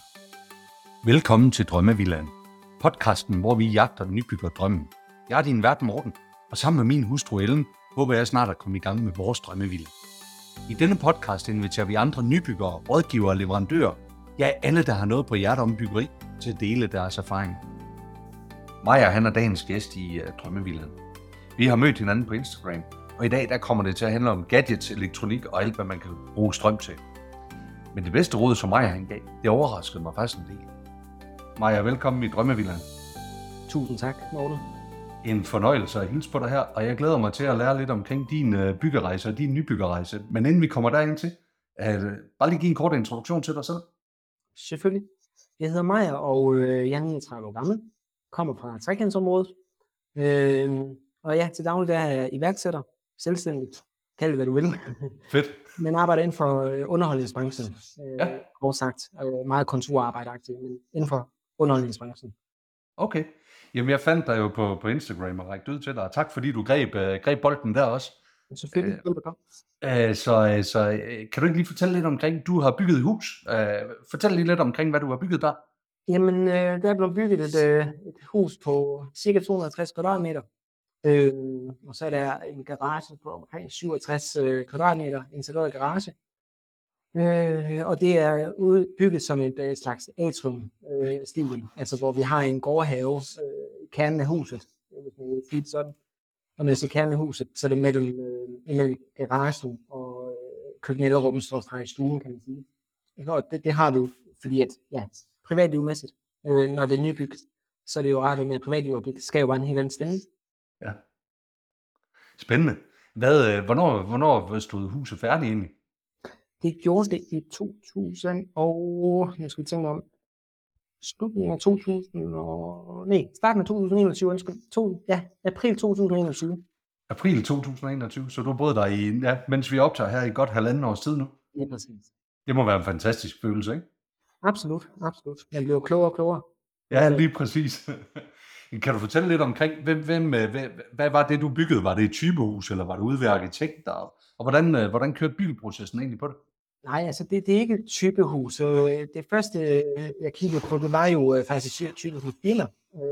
Velkommen til Drømmevillaen, podcasten, hvor vi jagter nybyggerdrømmen. Jeg er din vært Morten, og sammen med min hustru Ellen, håber jeg snart at komme i gang med vores drømmevilla. I denne podcast inviterer vi andre nybyggere, rådgivere og leverandører, ja alle, der har noget på hjertet om byggeri, til at dele deres erfaring. Maja, han er dagens gæst i Drømmevillaen. Vi har mødt hinanden på Instagram, og i dag der kommer det til at handle om gadgets, elektronik og alt, hvad man kan bruge strøm til. Men det bedste råd, som Maja han gav, det overraskede mig faktisk en del. Maja, velkommen i Drømmevillaen. Tusind tak, Morten. En fornøjelse at hilse på dig her, og jeg glæder mig til at lære lidt omkring din byggerejse og din nybyggerrejse. Men inden vi kommer derind til, bare lige give en kort introduktion til dig selv. Selvfølgelig. Jeg hedder Maja, og jeg er 39 år gammel. Kommer fra trekantsområdet. Og ja, til daglig der er jeg iværksætter, selvstændig. Kald det, hvad du vil. Fedt. Men arbejder inden for underholdningsbranchen. Kort sagt. Meget kontorarbejdeagtigt, men inden for underholdningsbranchen. Okay. Jamen, jeg fandt dig jo på Instagram og rækte ud til dig. Tak fordi du greb bolden der også. Selvfølgelig. Så kan du ikke lige fortælle lidt omkring, du har bygget et hus. Fortæl lige lidt omkring, hvad du har bygget der. Jamen, der er blevet bygget et hus på cirka 250 kvadratmeter. Og så er der en garage på omkring 67 kvadratmeter, integreret garage. Og det er bygget som et slags atrium-stil, altså hvor vi har en gårdhave i kernen af huset, hvis man vil sige det sådan. Og når jeg siger kernen af huset, så er det mellem garagen og køkkenellerummet står fra i stuen, kan man sige. Og det har du, fordi at, ja, privatlivmæssigt, når det er nybygget, så er det jo rart med privatliv, og det skal jo bare en helt anden stemme. Ja. Spændende. Hvornår stod huset færdigt egentlig? Det gjorde det i 2000 og, jeg skal tænke om, slutningen af starten af 2021, april 2021. April 2021, så du har boet der i, mens vi optager her i godt 1,5 års tid nu. Ja, præcis. Det må være en fantastisk følelse, ikke? Absolut. Jeg bliver klogere og klogere. Ja, lige præcis. Kan du fortælle lidt omkring, hvad var det, du byggede? Var det et typehus, eller var det ude ved arkitekter? Og hvordan kørte byggeprocessen egentlig på det? Nej, altså det er ikke et typehus. Det første, jeg kiggede på, det var jo faktisk et typehus biler,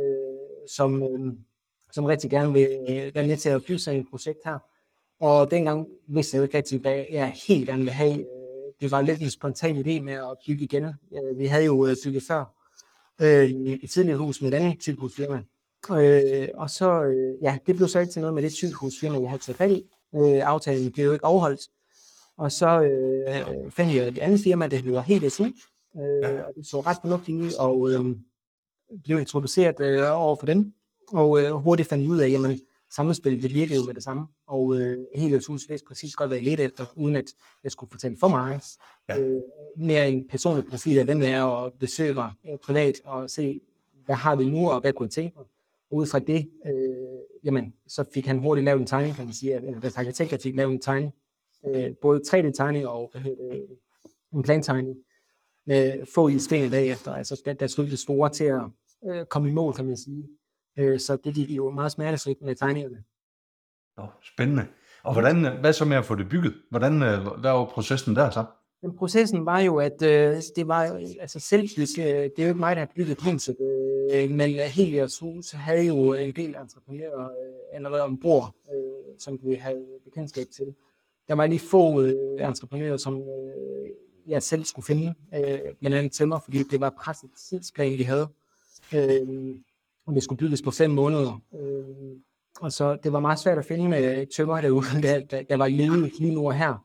som rigtig gerne vil være med til at bygge sig et projekt her. Og dengang vidste jeg jo ikke rigtig, hvad jeg helt gerne vil have. Det var lidt en spontan idé med at bygge igen. Vi havde jo bygget før et tidligere hus med et andet typehusfirma. Og så, det blev så ikke til noget med det typehusfirma, jeg havde taget fat i. Aftalen blev jo ikke overholdt. Og så fandt jeg et andet firma, der hedder HDSU, og det så ret fornuftigt ud, og blev introduceret over for den. Og hurtigt fandt ud af, at sammenspillet det virkede jo med det samme. Og HDSU vidste præcis godt, hvad jeg ledte efter, uden at jeg skulle fortælle for meget. Mere en personlig profil af den der, og besøge mig privat, og se, hvad har vi nu, og hvad kunne jeg tænke mig. Og ud fra det, så fik han hurtigt lavet en tegning, kan man sige, eller arkitekter fik lavet en tegning. Både 3D-tegning og en plantegning med få i sten bagefter. Altså der stod det store til at komme i mål, kan man sige. Så det gik jo meget smertefrit med tegningerne. Spændende. Og hvad så med at få det bygget? Hvad var processen der så? Den processen var jo, at det var altså selvbygget. Det er jo ikke mig, der har bygget huset, men Helios hus havde jo en del entreprenører allerede ombord, som vi havde bekendtskab til. Der var lige få entreprenører, som jeg selv skulle finde, blandt andet til mig, fordi det var presset tidsplan, vi havde. Og det skulle bygges på 5 måneder. Og så det var meget svært at finde tømmer derude, der var lige nu og her.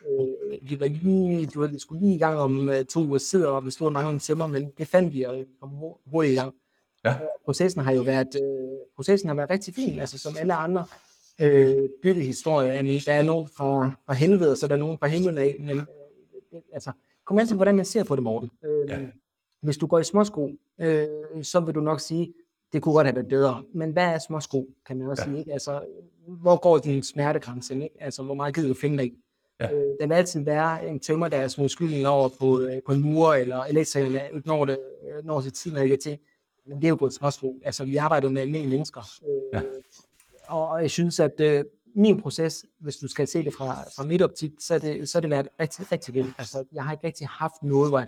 Vi skulle lige i gang om 2 uger siden, og vi stod mange tømmer, men det fandt vi, og kom hurtigt i gang. Ja. Processen har været rigtig fin, altså som alle andre byggehistorier. Der er nogen fra helvede, så der er nogen fra himlen af, men altså, kom an til, hvordan man ser på det, Morten. Hvis du går i småsko, så vil du nok sige, det kunne godt have været bedre. Men hvad er småsko, kan man også sige, ikke? Altså, hvor går din smertegrænse, ikke? Altså, hvor meget gider du finde dig? Der vil altid være en tømmer, der er små skyldning over på en mur, eller elektrikerne når til tiden, eller til. Men det er jo på et småsko. Altså, vi arbejder med almindelige mennesker. Og jeg synes, at min proces, hvis du skal se det fra mit optik, så er det været rigtig, rigtig vildt. Altså, jeg har ikke rigtig haft noget, hvor jeg tænkte,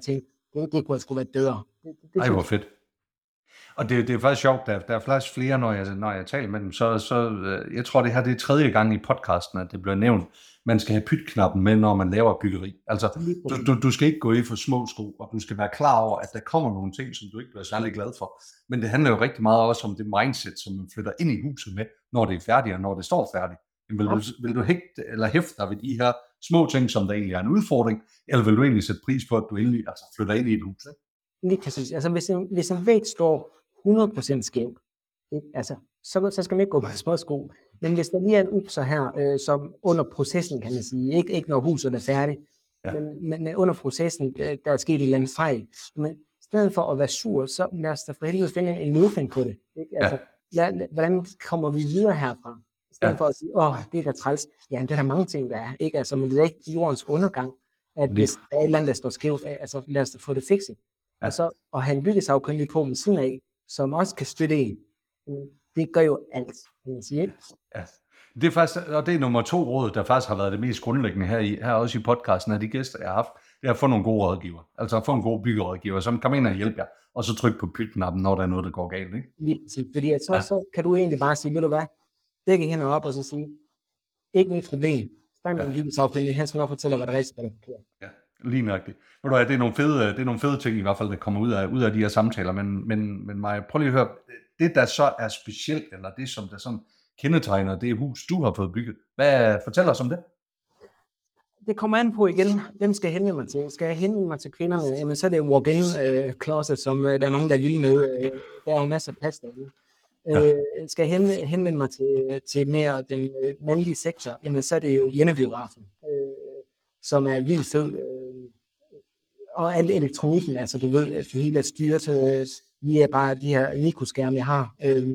det kunne sgu være bedre. Ej, hvor fedt. Og det er faktisk sjovt, der er faktisk flere, når jeg taler med dem, jeg tror, det her det er tredje gang i podcasten, at det bliver nævnt, man skal have pytknappen med, når man laver byggeri. Altså, du skal ikke gå i for små sko, og du skal være klar over, at der kommer nogle ting, som du ikke bliver særlig glad for. Men det handler jo rigtig meget også om det mindset, som man flytter ind i huset med, når det er færdigt, og når det står færdigt. Vil du hæfte dig ved de her små ting, som der egentlig er en udfordring, eller vil du egentlig sætte pris på, at du endelig flytter ind i et hus? Lige præcis. Altså, hvis en væg står 100% skæv, altså, så skal man ikke gå med små sko. Men hvis der lige er en upser her, som under processen, kan man sige, ikke når huset er færdigt, men under processen, der er sket en eller anden fejl. Men i stedet for at være sur, så lad os da for helvede finde en løsning på det. Ikke? Altså, hvordan kommer vi videre herfra? I stedet for at sige, det er da træls. Ja, det er der mange ting, der er. Ikke? Altså, men det er ikke jordens undergang, at hvis der er et eller andet, der står skævt, altså lad os få det fikset. Ja. Og så at have en byggesagkyndig på med siden af, som også kan støtte en, det gør jo alt, kan man sige. Ja. Det er faktisk, og det er nummer 2 råd, der faktisk har været det mest grundlæggende her også i podcasten af de gæster, jeg har haft, det er at få nogle gode rådgiver. Altså at få en god byggerådgiver, som kommer ind og hjælpe jer, og så trykke på pytknappen, når der er noget, der går galt, ikke? Lige præcis, fordi så kan du egentlig bare sige, ved du hvad, dække hænder op og så sige, ikke mit problem. Snak med en byggesagkyndig, han skal nok fortælle, hvad der er rigtigt, hvad der er forkert. Ja. Lige nøjagtigt. Det er nogle fede ting i hvert fald, der kommer ud af de her samtaler, men Maja, prøv lige at høre, det der så er specielt, eller det som der sådan kendetegner det hus, du har fået bygget, fortæl os om det? Det kommer an på igen, hvem skal jeg henvende mig til? Skal jeg henvende mig til kvinderne? Jamen så er det walk-in closet, som der er nogen, der vil med. Der er jo masser af plads derude. Skal jeg henvende mig til mere den mandlige sektor? Jamen så er det jo hjemmebiografen, som er vildt fed. Og al elektronikken, altså du ved, at det hele er styret via bare de her mikroskærme, jeg har.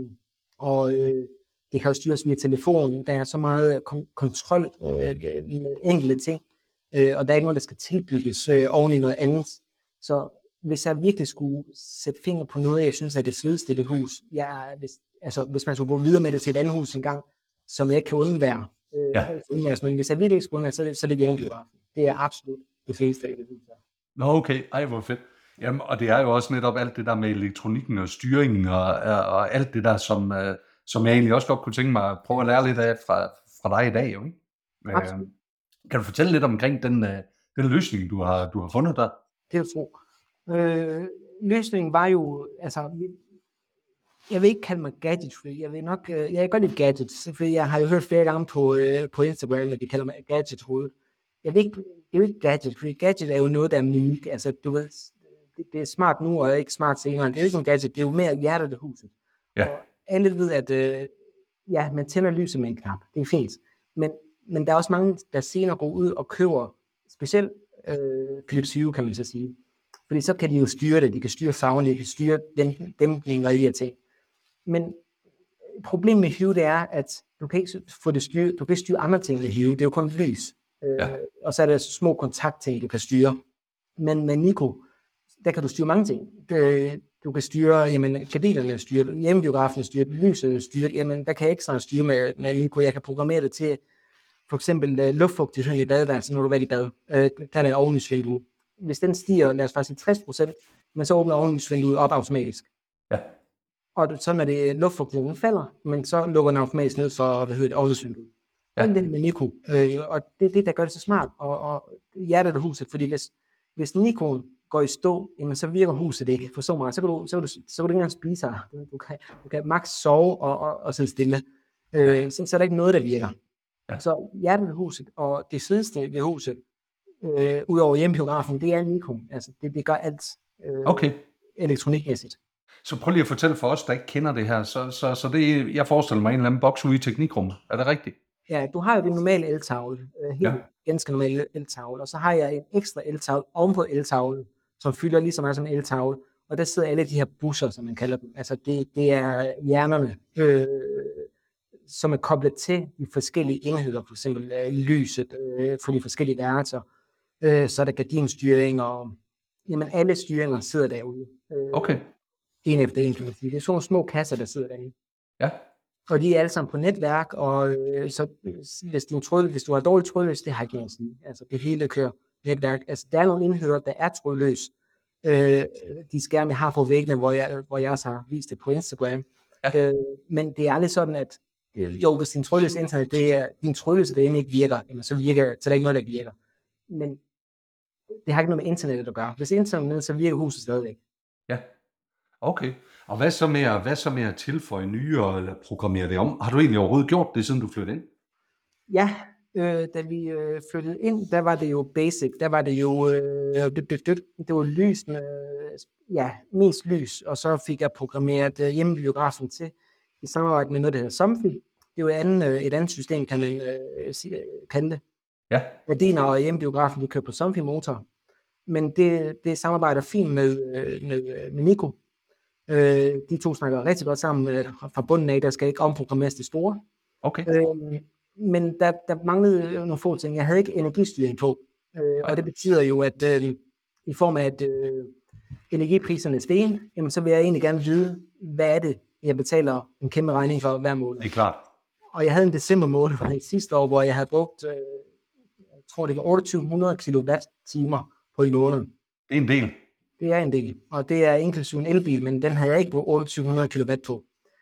Og det kan jo styres via telefonen. Der er så meget kontrol med enkelte ting, og der er ikke noget, der skal tilbygges oven i noget andet. Så hvis jeg virkelig skulle sætte finger på noget, jeg synes er det fedeste i det hus, hvis man skulle gå videre med det til et andet hus engang, som jeg ikke kan undvære. Men hvis jeg virkelig ikke skulle undvære, så er det hjemmebiografen. Det er absolut det fedeste i det hus. Nå okay, ej hvor fedt. Jamen, og det er jo også netop alt det der med elektronikken og styringen og alt det der, som jeg egentlig også godt kunne tænke mig at prøve at lære lidt af fra dig i dag, jo, ikke? Kan du fortælle lidt omkring den løsning, du har fundet der? Det er jo tro. Løsningen var jo, altså, jeg vil ikke kalde mig gadget-free. Jeg kan godt lide gadgets, for jeg har jo hørt flere gange på Instagram, at de kalder mig gadget-hoved. Det er jo ikke gadget, fordi gadget er jo noget, der er unik. Altså, du ved, det er smart nu, og ikke smart senere. Det er jo ikke en gadget, det er jo mere hjertet af huset. Ja. Og alle ved, at man tænder lyset med en knap. Det er fint. Men der er også mange, der senere går ud og køber, specielt Philips Hue, kan man så sige. Fordi så kan de jo styre det. De kan styre farven, de kan styre dæmpning og de her ting. Men problemet med Hue, det er, at du kan ikke få det styre. Du kan ikke styre andre ting med Hue. Det er jo kun lys. Og så er der små kontaktting, du kan styre. Men med Nico, der kan du styre mange ting. Du kan styre, gardinerne er styret, hjemmebiografen er styret, lyset er styret. Jamen, der kan jeg ekstra styre med Nico. Jeg kan programmere det til, for eksempel luftfugtighed i badeværelset, når du er i bad. Der er et ovenlysvindue. Hvis den stiger, lad os faktisk sige 60%, men så åbner ovenlysvinduet op automatisk. Ja. Og så når det luftfugtigheden falder, men så lukker den automatisk ned for, ovenlysvinduet. Ja. Det med Nico. Og det er det, der gør det så smart. Og hjertet af huset, fordi hvis Nicoen går i stå, jamen, så virker huset ikke. Forstå mig, så kan du ikke engang spise her. Du kan max sove og sidde stille. Så er der ikke noget, der virker. Ja. Så hjertet af huset, og det fedeste ved huset, udover hjemmebiografen, det er Nico. Altså, det gør alt elektronikmæssigt. Så prøv lige at fortælle for os, der ikke kender det her. Så det, jeg forestiller mig en eller anden boks ude i teknikrum. Er det rigtigt? Ja, du har jo den normale eltavle, ganske normale eltavle, og så har jeg en ekstra eltavle ovenpå eltavlen, som fylder lige så meget som en eltavle, og der sidder alle de her busser, som man kalder dem. Altså det er hjernerne, som er koblet til de forskellige enheder, for eksempel lyset for de forskellige værelser, så er der gardinstyring, og jamen alle styringer sidder derude. Okay. En efter en, kan man sige. Det er sådan nogle små kasser, der sidder derinde. Ja. Og de er alle sammen på netværk, og så hvis du har dårlig trådløs, det har ikke noget at sige. Altså det hele kører netværk. Altså der er nogle enheder, der er trådløs, de skærme, jeg har på væggene, hvor jeg også har vist det på Instagram. Ja. Men det er aldrig sådan, at hvis din trådløse internet, din trådløse derinde ikke virker, jamen, så er der ikke noget, der virker. Men det har ikke noget med internettet at gøre. Hvis internettet, så virker huset stadigvæk. Ja, okay. Og hvad så med at tilføje nye eller programmere det om? Har du egentlig overhovedet gjort det, siden du flyttede ind? Ja, da vi flyttede ind, der var det jo basic. Der var det jo det var lys, mest lys. Og så fik jeg programmeret hjemmebiografen til i samarbejde med noget, der hedder Somfy. Det er jo et andet system, kan man kan det. Ja. Gardiner og hjemmebiografen, de kører på Somfy-motor. Men det samarbejder fint med Nico. De to snakker rigtig godt sammen fra bunden af, der skal ikke omprogrammeres det store. Okay. Men der manglede nogle få ting. Jeg havde ikke energistyring på, og det betyder jo, at i form af, at energipriserne stiger, jamen, så vil jeg egentlig gerne vide, hvad er det, jeg betaler en kæmpe regning for hver måned. Det er klart. Og jeg havde en december måned fra sidste år, hvor jeg havde brugt, jeg tror det var 2800 kWh på en måned. Det er en del. Det er en del, og det er inklusive en elbil, men den havde jeg ikke brugt 2800 kW på.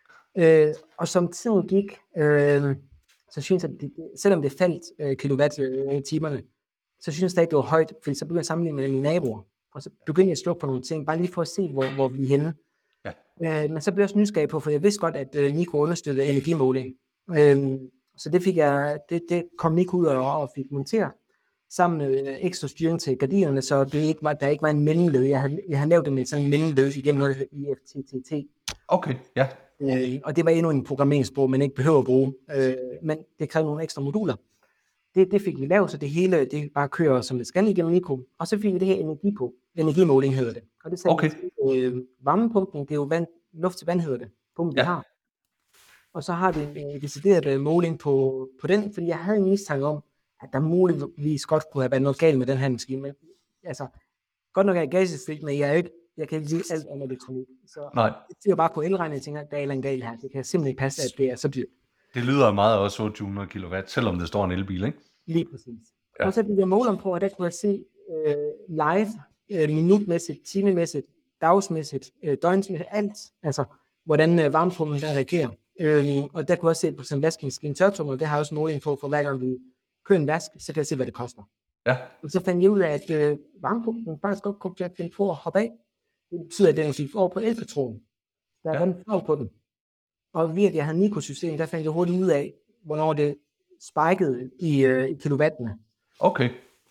Og som tiden gik, så synes jeg, at selvom det faldt kilowatt-timerne, så synes jeg ikke, det var højt, fordi så begyndte jeg at sammenligne med mine naboer. Og så begyndte jeg at slukke på nogle ting, bare lige for at se, hvor vi er henne. Ja. Men så blev jeg også nysgerrig på, for jeg vidste godt, at Nico understøttede energimåling. Så det kom Nico ud og fik monteret, sammen med ekstra styring til gardinerne, så der ikke var en mellemled. Jeg havde lavet det med sådan en mellemled igennem noget IFTTT. Okay, ja. Og det var endnu en programmeringssprog, man ikke behøver at bruge. Men det krævede nogle ekstra moduler. Det fik vi lavet, så det hele det bare kører som det skal igennem Nico. Og så fik vi det her energimåling hedder det. Og det sagde varmepumpen, det er jo luft til vand hedder det. Pumpen, vi har. Og så har vi en decideret måling på den, fordi jeg havde en mistanke om, at der muligvis godt kunne have været noget galt med den her maskine. Men altså, godt nok er jeg gasfri, men jeg kan ikke sige alt om elektronik. Så det ser bare på elregningen, jeg tænker, at der er en galt her. Det kan simpelthen ikke passe, at det er så dyrt. Det lyder meget også 800 kW, selvom det står en elbil, ikke? Lige præcis. Ja. Og så bliver jeg måler på, og der kunne jeg se live, minutmæssigt, timemæssigt, dagsmæssigt, døgnsmæssigt, alt. Altså, hvordan varmepumpen der reagerer. Og der kunne jeg også se på sådan en vaskemaskine tørretummer, det har jeg også måling på, for hver gang vi kører en vask, så kan jeg se, hvad det koster. Ja. Og så fandt jeg ud af, at varmepumpen faktisk godt kunne finde på at hoppe af. Det betyder, at den gik over på elpatronen. Der er vand på den. Og ved at jeg havde Nico-system, der fandt jeg hurtigt ud af, hvornår det spikede i kilowattene. Okay.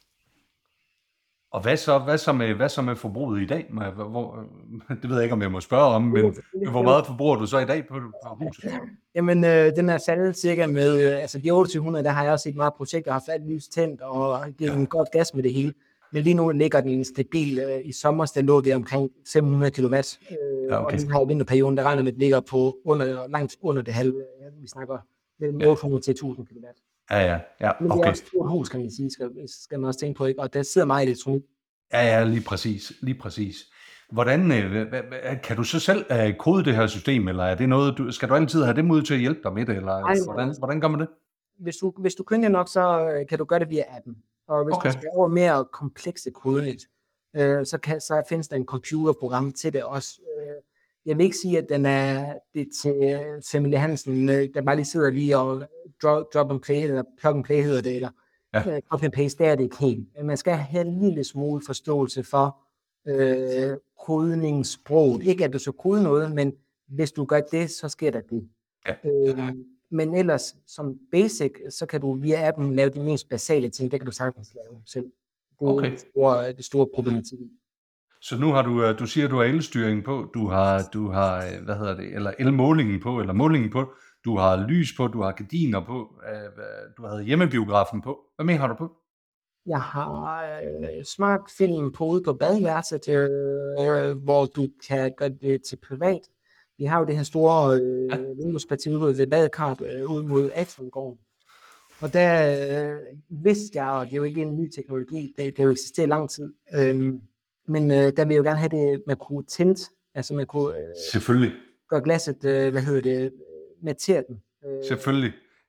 Og hvad så med forbruget i dag? Det ved jeg ikke, om jeg må spørge om, men hvor meget forbruger du så i dag på huset? Jamen, den er faldet cirka med, altså de 2800, der har jeg også set meget projekter, og har fat lys tændt, og givet en godt gas med det hele. Men lige nu ligger den stabil. I sommer, der lå det omkring 500 kW. Og den her vinterperioden, der regner med, at det ligger på langt under det halve. Vi snakker mellem 800 til 1000 kW. Ja, okay. Men det er også et stort hus, kan man sige, skal man også tænke på, ikke? Og der sidder meget elektronik. Ja, lige præcis. Hvordan, kan du så selv kode det her system, eller er det noget, skal du altid have dem ud til at hjælpe dig med det, eller hvordan gør man det? Hvis du kønner nok, så kan du gøre det via appen. Og hvis du skal over mere komplekse kodenet, så findes der en computerprogram til det også. Jeg vil ikke sige, at den er det til Familie Hansen, der bare lige sidder lige og drop and play, eller plug and play hedder det, eller copy and paste, der er det ikke helt. Man skal have en lille smule forståelse for kodningssproget. Ikke at du så kode noget, men hvis du gør det, så sker der det. Ja. Men ellers, som basic, så kan du via appen lave de mest basale ting. Det kan du sagtens lave selv. Det er det store problematik. Så nu har du siger, du har elstyring på, du har hvad hedder det, eller elmålingen på, eller målingen på, du har lys på, du har gardiner på, du har hjemmebiografen på. Hvad mere har du på? Jeg har smart film på ude på badeværelset, hvor du kan gøre det til privat. Vi har jo det her store vinduesparti ude ved badekart ude mod Atriumgården. Og der vidste jeg, og det er jo ikke en ny teknologi, det har jo eksisteret i lang tid, men der vil jeg jo gerne have det med kunne tint, altså man kunne selvfølgelig gøre glasset, mattere den. Selvfølgelig.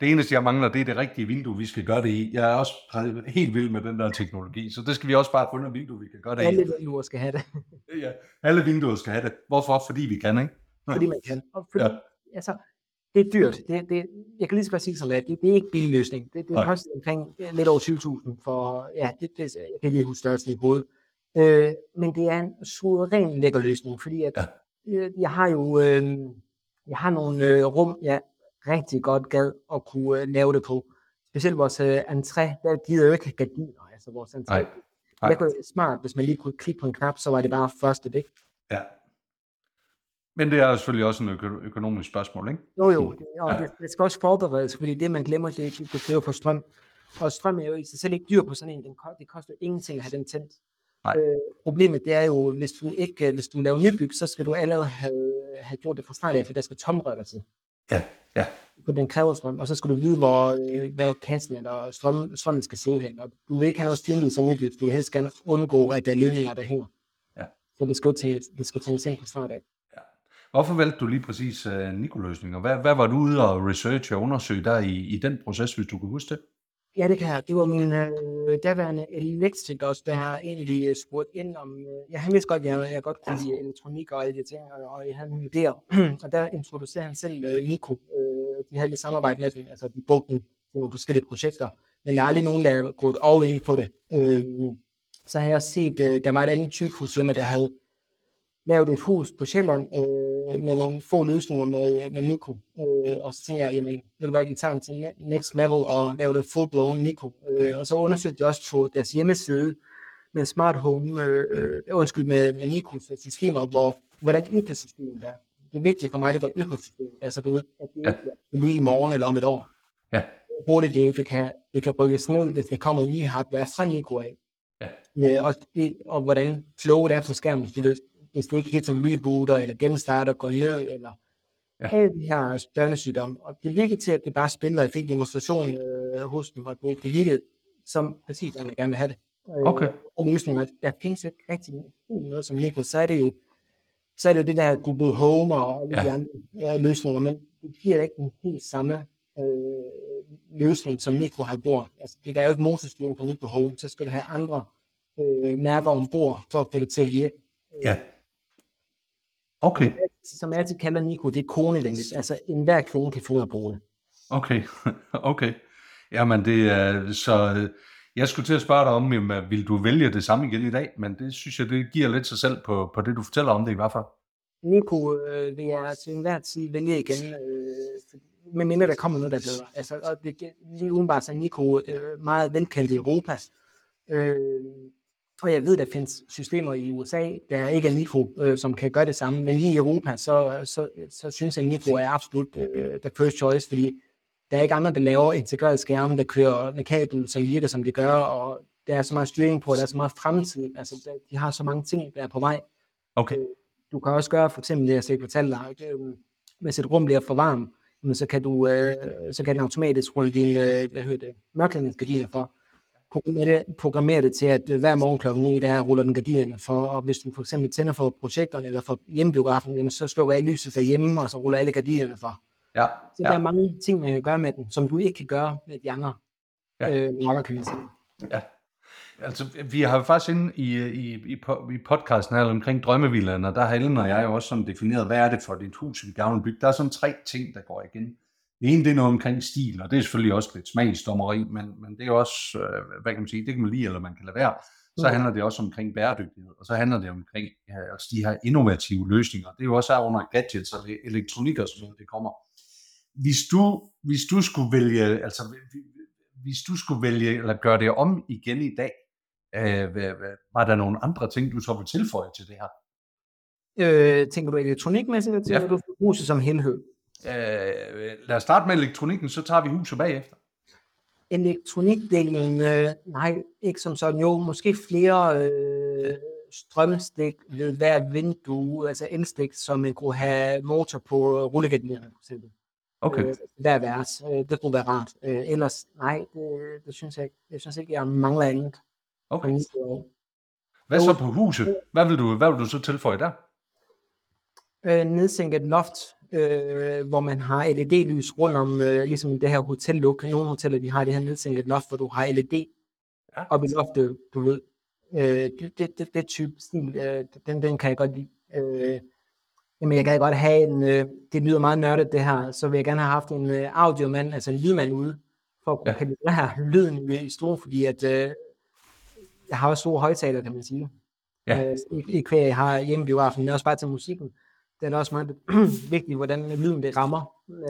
Det eneste, jeg mangler, det er det rigtige vindue, vi skal gøre det i. Jeg er også helt vild med den der teknologi, så det skal vi også bare finde et vindue, vi kan gøre det i. Alle vinduer skal have det. Ja, alle vinduer skal have det. Hvorfor? Fordi vi kan, ikke? Fordi man kan. Og fordi, altså, det er dyrt. Jeg kan lige så godt sige sådan, at det er ikke billig løsning. Det koster omkring lidt over 20.000 for, ja, jeg kan lige huske størrelsen i hovedet. Men det er en suveræn lækker løsning, fordi at, jeg har nogle rum, jeg rigtig godt gad at kunne lave det på. Specielt vores entré, der gider jo ikke gardiner, altså vores entré. Det kunne smart, hvis man lige kunne klikke på en knap, så var det bare første dæk. Ja. Men det er selvfølgelig også en økonomisk spørgsmål, ikke? Jo, og det skal også forberedes, fordi det, man glemmer, det er, at det på strøm. Og strøm er jo i sig selv ikke dyr på sådan en. Det koster ingenting at have den tændt. Problemet det er jo, hvis du laver nybyg, så skal du allerede have gjort det fra start af, for der skal tomrører til. Ja. På den kræver strøm, og så skal du vide, hvad kassen eller strømmen skal sidde hen. Og du vil ikke have noget styring som nybyg, du vil helst gerne undgå, at der er ledninger, der hænger. Ja. Så det skal til en seng fra start af. Hvorfor valgte du lige præcis Nico-løsninger? Hvad var du ude og researche og undersøge der i den proces, hvis du kan huske det? Ja, det kan jeg. Det var min daværende elektriker, der har egentlig spurgt ind om... han vidste godt, at jeg godt kunne lide elektronik og alle de ting, og jeg havde nogle idéer. Og der introducerede han selv Nico. De havde lidt samarbejde med dem, altså de brugte den til nogle forskellige projekter. Men jeg er aldrig nogen, der er gået all in på det. Så har jeg set, der var et andet typehusfirma, der havde lavet et hus på Sjælland med nogle få løsninger med Nico. Og så tænkte jeg, jamen, det var de tager til next level og lavede det full-blown Nico. Og så undersøgte jeg også på deres hjemmeside med smart home, med Nicos systemer, hvordan økosystemet er. Det er vigtigt for mig, det var økosystemet. Altså, at det ikke er i morgen eller om et år. Ja. Hurtigt det kan rykkes ned, hvis det kommer nye hardware fra Nico af. Ja. Og hvordan flowet er på skærmen. Hvis det ikke helt som rebooter, eller genstarter, går ned, eller alle de her børnesygdomme. Og det virker til, at det bare spiller. Jeg fik demonstration hos dem, og det virkede som præcis, at jeg gerne vil have det. Okay. Og løsninger, der findes ikke rigtig noget som Nico, så er det jo det der Google Home og alle de andre løsninger, men det giver ikke den helt samme løsning, som Nico har bord. Altså, det er jo ikke motorstyring på Google Home, så skal du have andre mærker ombord for at få det til at virke. Ja. Okay. Som jeg altid kalder Nico, det er konevenligt. Altså, enhver kone kan få at bruge det. Okay. Jamen, det er så... Jeg skulle til at spørge dig om, vil du vælge det samme igen i dag? Men det synes jeg, det giver lidt sig selv på det, du fortæller om det i hvert fald. Nico vil jeg til enhver tid vælge igen, med mindre der kommer noget, der er bedre. Altså, og det lige udenbart så er Nico meget velkendt i Europa. Og jeg ved, der findes systemer i USA, der ikke er Nico, som kan gøre det samme. Men lige i Europa, så synes jeg, at Nico er absolut the first choice, fordi der er ikke andre, der laver integreret skærme, der kører med kabel, som virker, som det gør, og der er så meget styring på, der er så meget fremtid. Altså, de har så mange ting, der er på vej. Okay. Du kan også gøre, for eksempel det, jeg fortalte dig, hvis et rum bliver for varmt, så kan den automatisk rulle dine mørklægningsgardiner for. Programmere det til, at hver morgen klokken 9, der ruller den gardinerne for, og hvis du for eksempel tænder for projekterne eller for hjemmebiografen, så slukker jeg lyset derhjemme, og så ruller alle gardinerne for. Ja. Så der er mange ting, man kan gøre med den, som du ikke kan gøre med de andre mærker. Ja. Altså, vi har jo faktisk inde i podcasten her omkring drømmevillaen, og der har Ellen og jeg jo også sådan defineret, hvad er det for dit hus, vi gerne vil bygge. Der er sådan 3 ting, der går igen. Det ene, det er noget omkring stil, og det er selvfølgelig også lidt smagsdommeri, men det er også, hvad kan man sige, det kan man lide, eller man kan lade være. Så handler det også omkring bæredygtighed, og så handler det omkring de her innovative løsninger. Det er jo også under gadgets og elektronik og sådan noget, det kommer. Hvis du skulle vælge, eller gøre det om igen i dag, var der nogle andre ting, du så vil tilføje til det her? Tænker du elektronikmæssigt, eller tænker du huset som helhed? Lad os starte med elektronikken, så tager vi huset bagefter. Elektronikdelen, nej, ikke som sådan. Jo, måske flere strømstik ved hver vindue, altså elstik, som man kunne have motor på rullegardinerne, for eksempel. Okay. Hver vers. Det kunne være rart. Ellers, nej, det synes jeg ikke. Jeg synes ikke, jeg mangler andet. Okay. Hvad så på huset? Hvad vil du så tilføje der? Nedsænket loft hvor man har LED-lys rundt om, ligesom det her hotellook. Nogle hoteller, de har det her nedsænket loft, hvor du har LED op i loftet, du ved. Det type stil, den kan jeg godt lide. Jamen, jeg gad godt have det lyder meget nørdet det her, så vil jeg gerne have haft en audiomand, altså en lydmand ude, for at kunne kalibrere lyden i stuen, fordi at jeg har også store højtaler, kan man sige. Ikke hvad jeg har hjemme i biografen, men også bare til musikken. Det er også meget vigtigt, hvordan lyden det rammer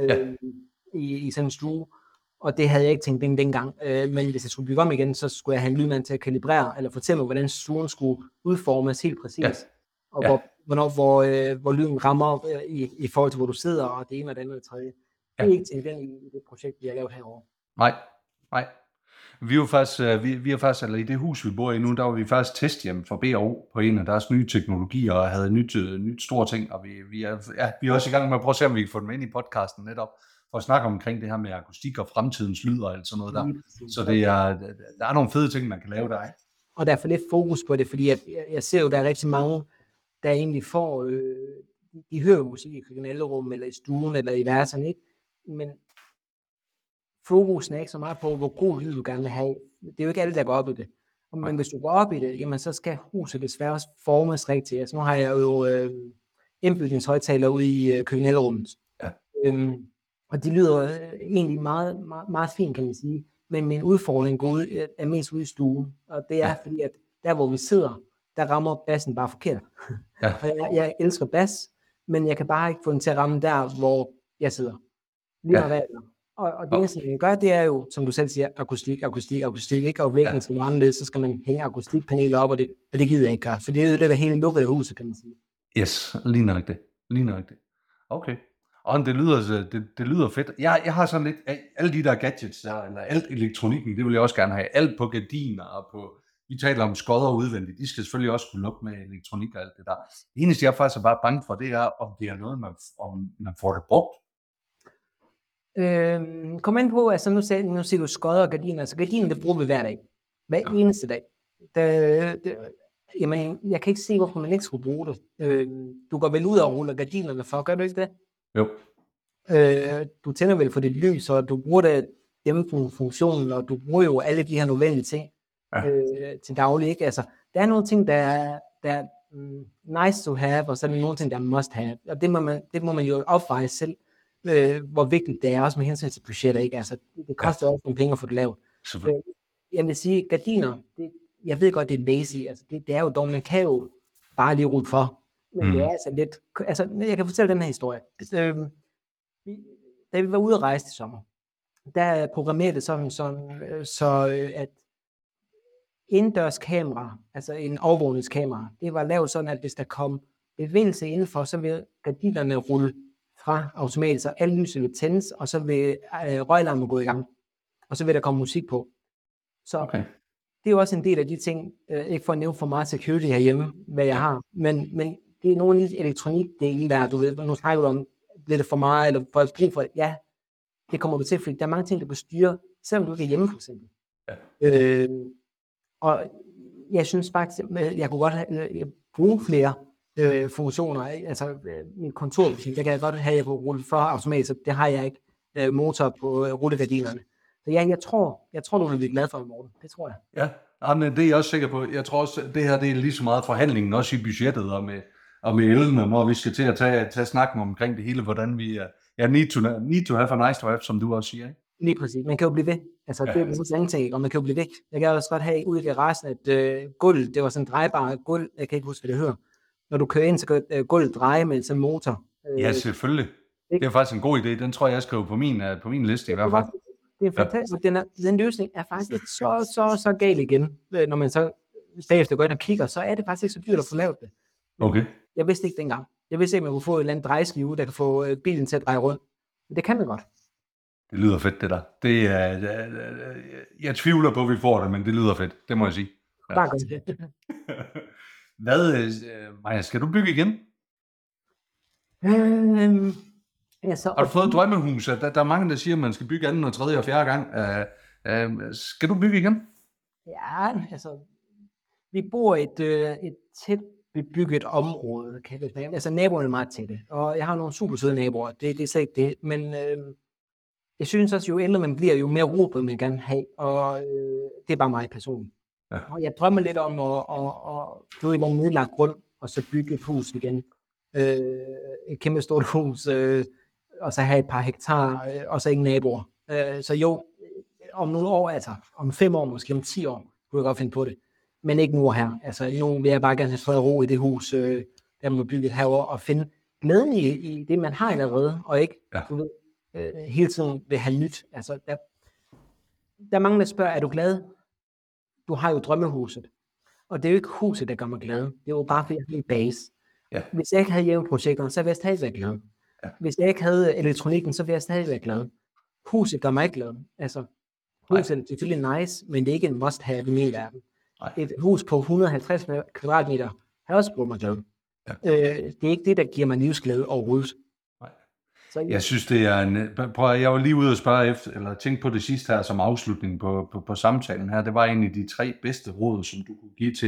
i sådan en stue. Og det havde jeg ikke tænkt dengang. Men hvis jeg skulle bygge om igen, så skulle jeg have en lydmand til at kalibrere, eller fortælle mig, hvordan stuen skulle udformes helt præcis. Og hvor lyden rammer i forhold til, hvor du sidder, og det ene og det andet og det tredje. Det er ikke tænkt den i det projekt, vi har lavet herovre. Nej. Vi var faktisk, eller i det hus, vi bor i nu, der var vi faktisk testhjem for BRO på en af deres nye teknologier, og havde nyt store ting, og vi er også i gang med at prøve at se, om vi kan få dem ind i podcasten netop, for at snakke omkring det her med akustik og fremtidens lyd og alt sådan noget der. Så der er nogle fede ting, man kan lave der. Og der er for lidt fokus på det, fordi jeg ser jo, der er rigtig mange, der egentlig får, de hører jo musik i køkkenalderum, eller i stuen, eller i værelserne, ikke? Men fokusen er ikke så meget på, hvor god lyd du gerne vil have. Det er jo ikke alle, der går op i det. Men hvis du går op i det, jamen, så skal huset desværre også formes rigtigt. Altså, nu har jeg jo indbygningshøjtaler ude i køkkenalderummet. Og de lyder egentlig meget, meget, meget fint, kan man sige. Men min udfordring er mest ude i stuen. Og det er fordi, at der hvor vi sidder, der rammer bassen bare forkert. Og jeg elsker bas, men jeg kan bare ikke få den til at ramme der, hvor jeg sidder. Og det eneste, man gør, det er jo, som du selv siger, akustik, ikke? Og væggen skal brænde lidt, så skal man hænge akustikpaneler op, og det gider jeg ikke gøre, for det er det hele lukket af huset, kan man sige. Yes, lige nok det. Okay. Og det lyder fedt. Jeg har sådan lidt, alle de der gadgets der, eller alt elektronikken, det vil jeg også gerne have. Alt på gardiner og på, vi taler om skodder udvendigt, de skal selvfølgelig også kunne lukke med elektronik og alt det der. Det eneste, jeg faktisk er bare bange for, det er, om det er noget, om man får det brugt. Kom ind på, altså nu siger du skodder og gardiner, altså gardiner, det bruger vi hver dag. Hver eneste dag. Jamen, jeg kan ikke se, hvorfor man ikke skulle bruge det. Du går vel ud og ruller gardinerne for, gør du ikke det? Jo. Du tænder vel for det lys, og du bruger det dæmpefunktionen, og du bruger jo alle de her nødvendige ting til daglig, ikke? Altså, der er nogle ting, der er nice to have, og så er der nogle ting, der er must have. Og det må man jo opveje selv, hvor vigtigt det er, også med hensyn til budgetter, ikke? Altså, det koster også nogle penge at få det lavet. Jeg vil sige, gardiner, jeg ved godt, det er lazy, altså det er jo dog, man kan jo bare lige rulle for, men det er altså lidt, altså jeg kan fortælle den her historie. Da vi var ude at rejse i sommer, der programmerede det sådan, så at indendørs kamera, altså en overvågningskamera, det var lavet sådan, at hvis der kom bevægelse indenfor, så vil gardinerne rulle fra automatisk, så alle lyset vil tændes, og så vil røgalarmen gå i gang, og så vil der komme musik på. Så det er jo også en del af de ting, ikke for at nævne for meget security herhjemme, hvad jeg har, men det er nogle af de elektronikdele der, du ved, nu snakker du om, bliver det for meget, eller for at brug for det, ja, det kommer du til, fordi der er mange ting, der kan styre, selvom du ikke er hjemme for eksempel. Og jeg synes faktisk, at jeg kunne godt bruge flere funktioner, altså min kontor, der kan jeg godt have, at jeg kunne rulle for automatisk, så det har jeg ikke motor på rullegardinerne. Så ja, jeg tror, du vil blive glad for i morgen. Det tror jeg. Ja, men det er jeg også sikker på. Jeg tror også, det her det er lige så meget forhandlingen, også i budgettet og med elen, når vi skal til at tage snakken omkring det hele, hvordan vi need to have a nice to have, som du også siger. Ikke? Lige præcis. Man kan jo blive ved. Altså, det er jo sådan ting, og man kan jo blive ved. Jeg kan også godt have ude i garagen, at gulv, det var sådan en drejbar gulv, jeg kan ikke huske, hvad det hører. Når du kører ind, så kan gulvet dreje med sådan en motor. Ja, selvfølgelig. Det er faktisk en god idé. Den tror jeg skriver på min liste i hvert fald. Det er fantastisk. Den løsning er faktisk ikke så gal igen. Når man så bagefter går ind og kigger, så er det faktisk ikke så dyrt at få lavet det. Okay. Jeg vidste ikke dengang. Jeg vidste ikke, at man kunne få et eller andet drejeskive, der kan få bilen til at dreje rundt. Men det kan man godt. Det lyder fedt, det der. Det er, jeg tvivler på, at vi får det, men det lyder fedt. Det må jeg sige. Ja. Bare godt det. Hvad, Maja, skal du bygge igen? Har du fået et drømmehus? Der er mange, der siger, at man skal bygge anden og tredje og fjerde gang. Skal du bygge igen? Ja, altså, vi bor et tæt bebygget område. Altså naboerne er meget tætte, og jeg har nogle super søde naboer, det er slet ikke det, men jeg synes også, jo ældre man bliver, jo mere ro vil man gerne have, og det er bare mig personligt. Ja. Og jeg drømmer lidt om at gå i en nedlagt grund, og så bygge et hus igen. Et kæmpe stort hus, og så have et par hektar, og så ingen naboer. Så jo, om nogle år, altså om 5 år, måske om 10 år, kunne jeg godt finde på det. Men ikke nu og her. Altså nu vil jeg bare gerne have fred og ro i det hus, der må bygge herovre, og finde glæden i det, man har allerede, og ikke du ved, hele tiden vil have nyt. Altså, der er mange, der spørger, er du glad? Du har jo drømmehuset. Og det er jo ikke huset, der gør mig glad. Det er jo bare, fordi jeg har en base. Ja. Hvis jeg ikke havde hjemmeprojekterne, så ville jeg stadig være glad. Ja. Hvis jeg ikke havde elektronikken, så ville jeg stadig være glad. Huset gør mig ikke glad. Altså, huset er selvfølgelig nice, men det er ikke en must-have i min verden. Nej. Et hus på 150 kvadratmeter har også gjort mig glad. Ja. Det er ikke det, der giver mig livsglæde overhovedet. Jeg synes, det er jeg var lige ude og spørge efter, eller tænke på det sidste her som afslutning på samtalen her. Det var egentlig de 3 bedste råd, som du kunne give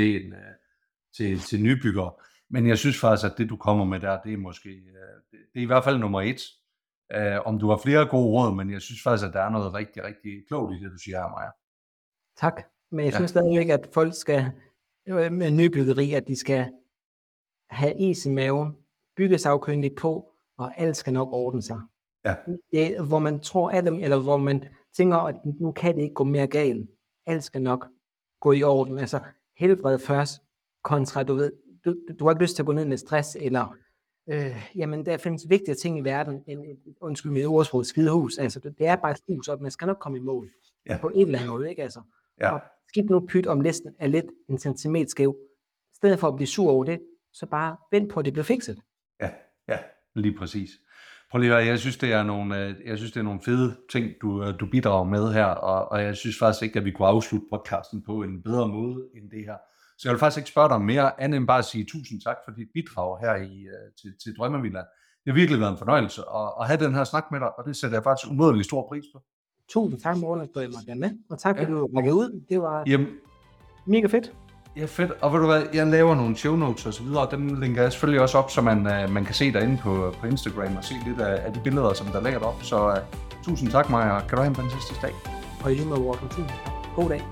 til nybyggere. Men jeg synes faktisk, at det du kommer med der, det er måske, det er i hvert fald nummer 1. Om du har flere gode råd, men jeg synes faktisk, at der er noget rigtig, rigtig klogt i det, du siger her, Maja. Tak. Men jeg synes stadig ikke, at folk skal med nybyggeri, at de skal have is i maven, bygge sagkyndigt på, og alt skal nok ordne sig. Ja. Det, hvor man tror af dem, eller hvor man tænker, at nu kan det ikke gå mere galt. Alt skal nok gå i orden. Altså helbred først, kontra du ved, du har ikke lyst til at gå ned med stress, eller jamen der findes vigtige ting i verden, end undskyld mit ordsprog, skidehus. Altså det er bare et hus, og man skal nok komme i mål. Ja. På en eller anden måde, ikke altså. Ja. Og skidt nu pyt om listen er lidt en centimeter skæv. I stedet for at blive sur over det, så bare vent på, at det bliver fikset. Ja, lige præcis. Prøv lige at høre, jeg synes, det er nogle fede ting, du bidrager med her, og jeg synes faktisk ikke, at vi kunne afslutte podcasten på en bedre måde end det her. Så jeg vil faktisk ikke spørge dig mere, andet end bare at sige tusind tak for dit bidrag her til Drømmevilla. Det har virkelig været en fornøjelse at have den her snak med dig, og det sætter jeg faktisk umådelig stor pris på. Tusind tak, Morten, for at jeg måtte være med, og tak fordi du rækkede ud. Det var mega fedt. Ja, fedt. Og ved du hvad, jeg laver nogle show notes og så videre, og dem linker jeg selvfølgelig også op, så man kan se derinde på Instagram og se lidt af de billeder, som der ligger derop. Så tusind tak, Maja, og kan du have en fantastisk dag. Og i lige med Morten, tusind tak. God dag.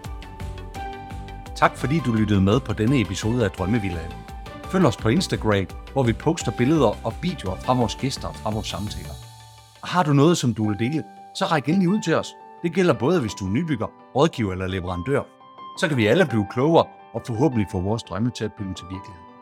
Tak fordi du lyttede med på denne episode af Drømmevillaen. Følg os på Instagram, hvor vi poster billeder og videoer fra vores gæster og fra vores samtaler. Og har du noget, som du vil dele, så ræk endelig ud til os. Det gælder både, hvis du er nybygger, rådgiver eller leverandør. Så kan vi alle blive klogere og forhåbentlig få vores drømme til at blive til virkelighed.